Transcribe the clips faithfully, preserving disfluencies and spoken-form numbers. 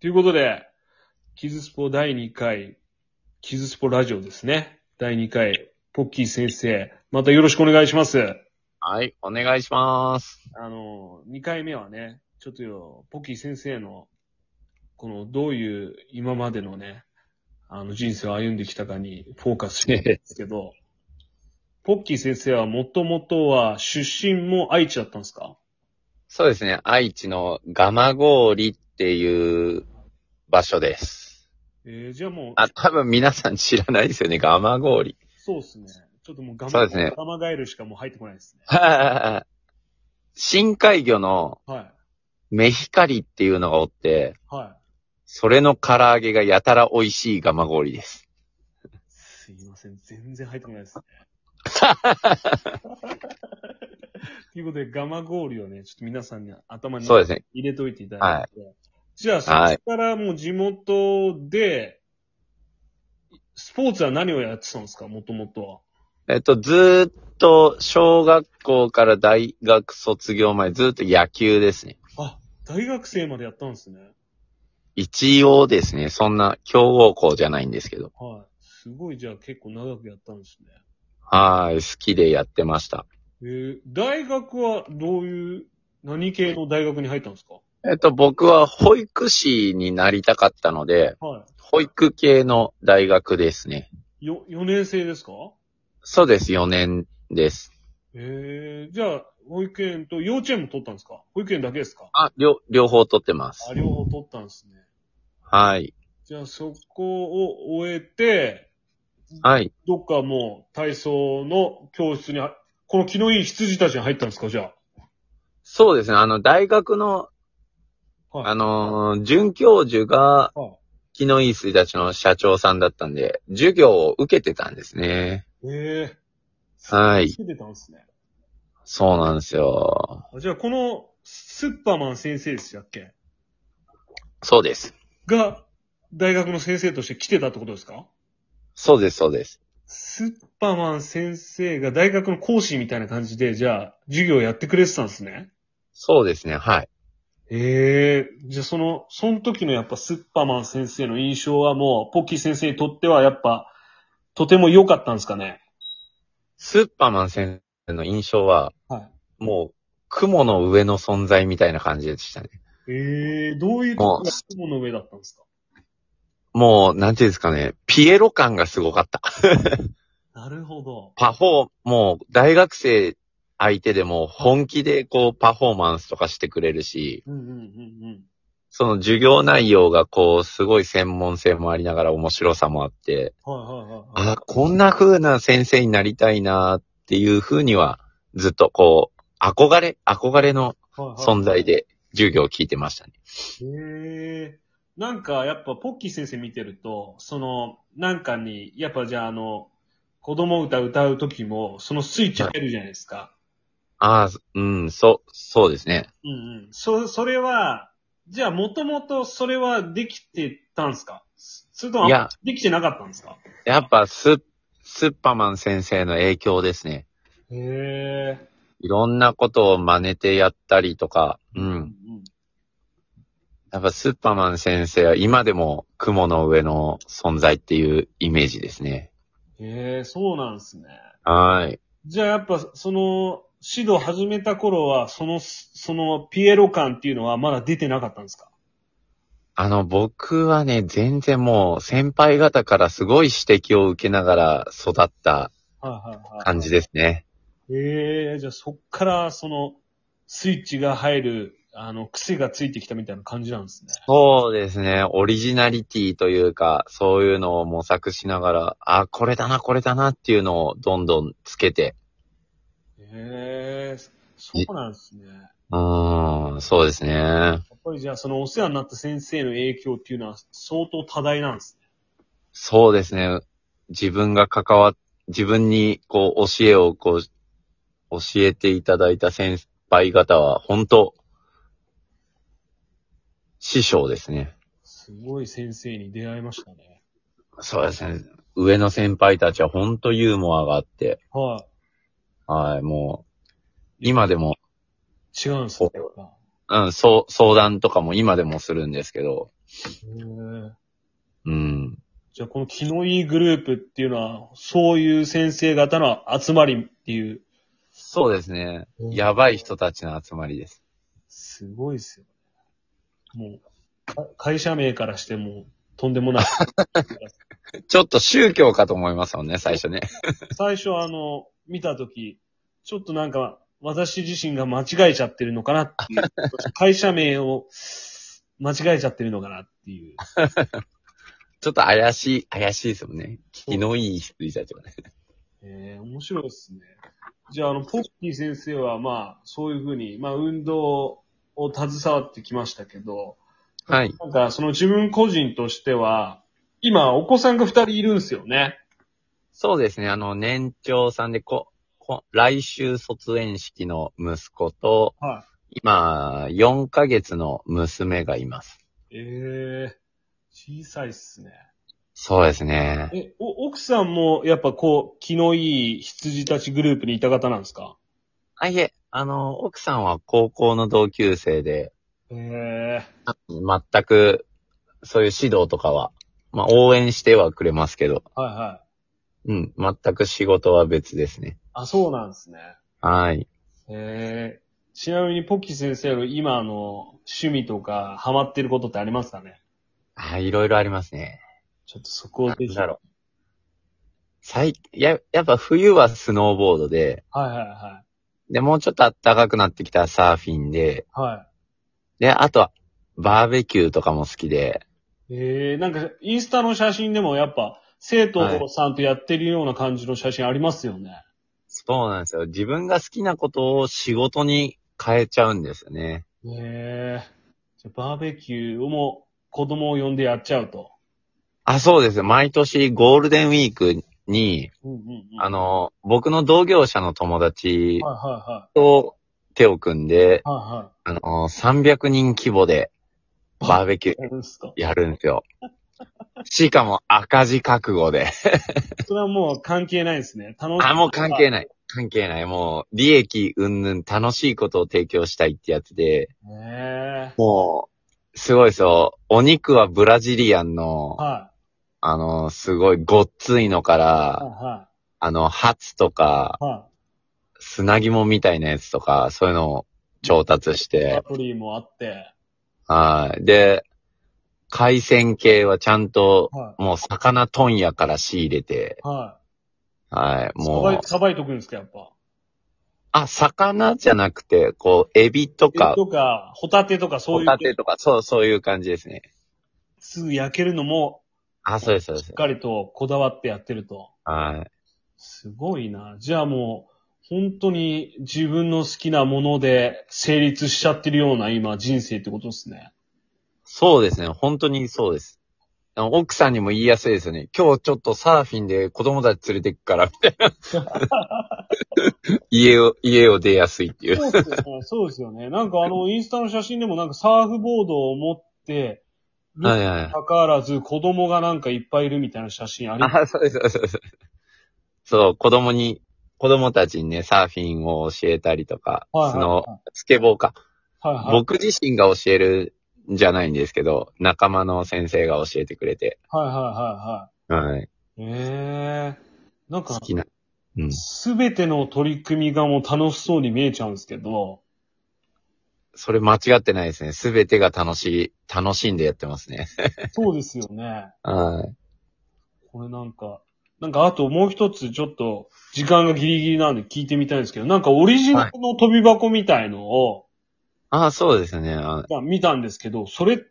ということで、キズスポだいにかい、キズスポラジオですね。だいにかい、ポッキー先生、またよろしくお願いします。 はい、お願いします。 あの、にかいめはね、ちょっとよ、ポッキー先生の、この、どういう今までのね、あの、人生を歩んできたかにフォーカスしてるんですけど、ポッキー先生はもともとは出身も愛知だったんですか？ そうですね、愛知の蒲郡っていう場所です。 えー、じゃあもう、 あ、多分皆さん知らないですよね、蒲郡。 そうですね。ちょっともうガマ、 そうですね。 ガマガエルしかもう入ってこないですね。 は深海魚のはい。 メヒカリっていうのがおって、 はい。 それの唐揚げがやたら美味しい蒲郡です。 すいません。全然入ってこないですね。ということで、ガマゴーリをね、ちょっと皆さんに頭にそうですね。 入れといていただはいて。はい、じゃあ、そはい。 こからもう地元で、スポーツは何をやってたんですか、もともとは。 えっと、ずーっと小学校から大学卒業前ずーっと野球ですね。 あ、大学生までやったんですね。 一応ですね、そんな強豪校じゃないんですけど。 はい。すごい、じゃあ結構長くやったんですね。 はい、好きでやってました。 えー、大学はどういう、何系の大学に入ったんですか？ えっと、僕は保育士になりたかったので、 は保育系の大学ですね。 い。よ、よねん生ですか？ そうです、よねんです。 えー、じゃあ、保育園と幼稚園も取ったんですか？保育園だけですか？ あ、両、両方取ってます。 あ、両方取ったんですね。 はい。 じゃあ、そこを終えて、 はい。 どっかもう体操の教室に、この気のいい羊たちに入ったんですか、じゃそうですね、あの、大学の、 あ。はい。 あのー准教授が、 は気のいい筋立ちの社長さんだったんで、授業を受けてたんですね。 い。ええー。 はい。 出てたんですね。 そうなんですよ。 あ、じゃあ、この、スッパーマン先生でしたっけそうです。 が、大学の先生として来てたってことですか？ そうです、そうです。 スッパーマン先生が大学の講師みたいな感じで、じゃあ、授業やってくれてたんですね。 そうですね、はい。 ええー、じゃあその、その時のやっぱスッパーマン先生の印象はもう、ポッキー先生にとってはやっぱ、とても良かったんですかね。 スーパーマン先生の印象は、 はい。 もう、雲の上の存在みたいな感じでしたね。 ええー、どういうとこもろが雲の上だったんですか？ う、もう、なんていうんですかね、ピエロ感がすごかった。 なるほど。 パフォー、もう、大学生相手でも本気でこう、パフォーマンスとかしてくれるし、 うんうんうんうん。 その授業内容がこう、すごい専門性もありながら面白さもあって、 はいはいはいはい。 あ、こんな風な先生になりたいなっていう風には、ずっとこう、憧れ、憧れのはいはい。 存在で授業を聞いてましたね。 へえ。なんか、やっぱ、ポッキー先生見てると、その、なんかに、やっぱじゃあ、あの、子供歌歌う時も、そのスイッチはい。 入るじゃないですか。 ああ、うん、そう、そうですね。 うんうん。そ、それは、じゃあ、もともとそれはできてたんですか？それともあんまいや、 できてなかったんですか？ やっぱス、スッパマン先生の影響ですね。 へえ。 いろんなことを真似てやったりとか、 うんうんううん。 ん。 やっぱスッパマン先生は今でも雲の上の存在っていうイメージですね。 へえ、そうなんですね。 はい。 じゃあやっぱその指導始めた頃は、その、そのピエロ感っていうのはまだ出てなかったんですか？ あの、僕はね、全然もう先輩方からすごい指摘を受けながら育ったはいはいはいは感じですね。 い。ええ、じゃあそっからそのスイッチが入る、あの、癖がついてきたみたいな感じなんですね。 そうですね。オリジナリティというか、そういうのを模索しながら、あ、これだな、これだなっていうのをどんどんつけて。 ええ、そうなんですね。 うーん、そうですね。 やっぱりじゃあそのお世話になった先生の影響っていうのは相当多大なんですね。 そうですね。自分が関わっ、自分にこう教えをこう教えていただいた先輩方は本当師匠ですね。 すごい先生に出会いましたね。 そうですね。上の先輩たちは本当ユーモアがあって、 ははい、もうい。やっぱ今でも違うんですね。 こう、 うん、そう、相談とかも今でもするんですけど。 へーうん。 じゃあこの気のいいグループっていうのは、そういう先生方の集まりっていう。 そうですね。 うんやばい人たちの集まりです。 すごいですよ。もう、か会社名からしてもとんでもない。 ちょっと宗教かと思いますもんね、最初ね。 最初あの、見たとき、ちょっとなんか、私自身が間違えちゃってるのかなっていう。会社名を間違えちゃってるのかなっていう。 ちょっと怪しい、怪しいですもんね。気のいい羊たちはね。 えー、面白いですね。じゃあ、あの、ポッキー先生は、まあ、そういうふうに、まあ、運動を携わってきましたけど、 はい。 なんか、その自分個人としては、今、お子さんが二人いるんですよね。 そうですね。あの、年長さんで、こ、こ、来週卒園式の息子と、 は今、よんかげつの娘がいます。 い。ええ小さいっすね。 そうですね。 え、お、奥さんも、やっぱこう、気のいい羊たちグループにいた方なんですか？ あ、いえ、あの、奥さんは高校の同級生で、 ええ全く、そういう指導とかは、まあ、応援してはくれますけど、 はいはい。 うん、全く仕事は別ですね。 あ、そうなんですね。 はい。 ええちなみに、ポッキー先生の今の趣味とか、ハマってることってありますかね？ あ、いろいろありますね。 ちょっとそこをなぜひ。はいんだろう。最、や、やっぱ冬はスノーボードで、 はいはい。 で、もうちょっと暖かくなってきたらサーフィンで、 はで、あとは、バーベキューとかも好きで、 い。ええなんか、インスタの写真でもやっぱ、生はい。 徒さんとやってるような感じの写真ありますよね。 そうなんですよ。自分が好きなことを仕事に変えちゃうんですよね。 ええじゃあバーベキューも子供を呼んでやっちゃうと。 あ、そうですよ。毎年ゴールデンウィークに、 うんうんうん。 あの、僕の同業者の友達はいはいはい。 と手を組んで、 はいはい。 あの、さんびゃくにん規模でババーベキューカですか。 やるんですよ。しかも赤字覚悟で。 それはもう関係ないですね。楽しあ、もうみが。 関係ない。関係ない。もう、利益云々楽しいことを提供したいってやつで、 ねえ。 もう、すごいですよ。お肉はブラジリアンの、 はあの、すごいごっついのかい。 ら、 はあの、ハツとか、 い。は砂肝みたいなやつとか、そういうのを調達しい。バて、 トリーもあって。 はい。で、海鮮系はちゃんと、 はもう魚問屋から仕入れて、 い。ははい、 い。さばい、 もう、 さばいとくんですか、やっぱ。 あ、魚じゃなくて、こう、エビとえ、 か、 とか、ホタテとかそホういう、 タテとか、そう、そういう感じですね。 すぐ焼けるのも、 あ、そうです、そうです。 しっかりとこだわってやってると。 はい。 すごいな。じゃあもう、本当に自分の好きなもので成立しちゃってるような今人生ってことですね。 そうですね。本当にそうです。あの奥さんにも言いやすいですよね。今日ちょっとサーフィンで子供たち連れてくから、みたいな。家を、家を出やすいっていう。 そうですよね。そうですよね。なんかあの、インスタの写真でもなんかサーフボードを持ってるにはいはい。 もかかわらず子供がなんかいっぱいいるみたいな写真あります。 あ、そうです、そうです。そう、子供に、子供たちにね、サーフィンを教えたりとか、 はいはいスノはい。 スケボーか。 はいはい。 僕自身が教えるんじゃないんですけど、仲間の先生が教えてくれて、 はいはいははい。 いはい。ええなんか、 好きな。うん。 すべての取り組みがもう楽しそうに見えちゃうんですけど、 それ間違ってないですね。すべてが楽しい、楽しんでやってますね。 そうですよね。 はい。 これなんか、なんかあともう一つちょっと時間がギリギリなんで聞いてみたいんですけど、なんかオリジナはい。 ルの飛び箱みたいのを、 ああ、そうですね。あまあ見たんですけど、それって、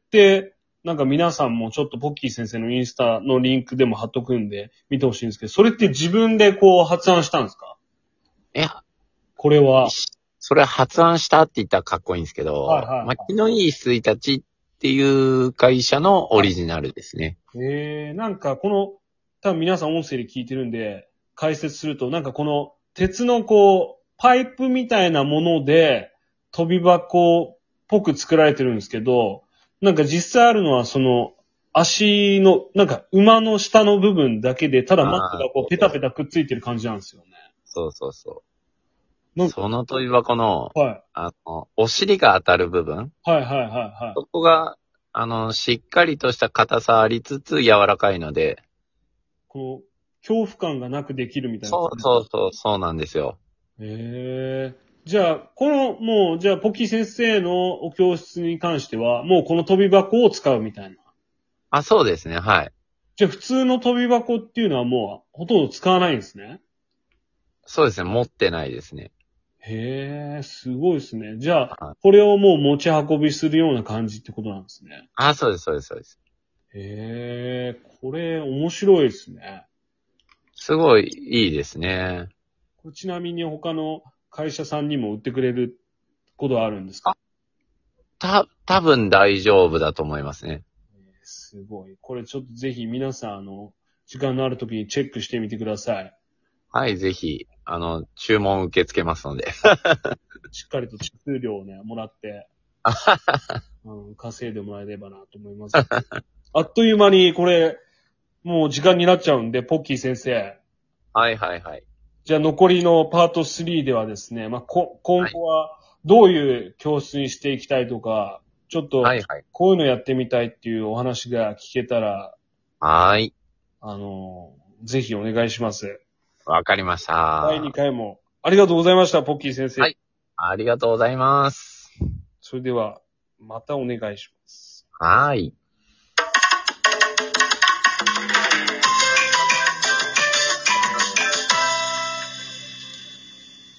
なんか皆さんもちょっとポッキー先生のインスタのリンクでも貼っとくんで見てほしいんですけど、それって自分でこう発案したんですか？ いや、 これは。 それ発案したって言ったらかっこいいんですけはいど、まあ、 は気のいい羊たちっていう会社のオリジナルですね。 い。えー、なんかこの、多分皆さん音声で聞いてるんで、解説すると、なんかこの鉄のこう、パイプみたいなもので飛び箱っぽく作られてるんですけど、なんか実際あるのはその足の、なんか馬の下の部分だけで、ただマットああ、 がこうペタそうそうペタくっついてる感じなんですよね。 そうそうそう。 なんその跳び箱の、 はい。 あの、お尻が当たる部分、 はいはいはいはい。 そこが、あの、しっかりとした硬さありつつ柔らかいので、 この、恐怖感がなくできるみたいなそう感じ。 そうそう、そうなんですよ。 へえ。じゃあ、この、もう、じゃあ、ポキ先生のお教室に関しては、もうこの飛び箱を使うみたいな。 あ、そうですね、はい。 じゃあ、普通の飛び箱っていうのはもう、ほとんど使わないんですね。 そうですね、持ってないですね。 へえ、すごいですね。じゃあ、 はい。 これをもう持ち運びするような感じってことなんですね。 あ、そうです、そうです、そうです。 へえ、これ面白いですね。 すごいいいですね。 これちなみに他の会社さんにも売ってくれることはあるんですか？ あ、た、多分大丈夫だと思いますね。 えーすごい。これちょっとぜひ皆さん、あの、時間のある時にチェックしてみてください。 はい、ぜひ、あの、注文受け付けますので。 しっかりと手数料をね、もらって、うん、稼いでもらえればなと思います。あっという間にこれ、もう時間になっちゃうんで、ポッキー先生。 はいはいはい。 じゃあ残りのパートスリーではですね、まあ、こ、今後はどういう教室にしていきたいとか、ちょっとはいはい。 こういうのやってみたいっていうお話が聞けたら、 はーい。 あの、ぜひお願いします。 わかりましだいた。 にかいもありがとうございました、ポッキー先生。 はい。ありがとうございます。 それでは、またお願いします。 はーい。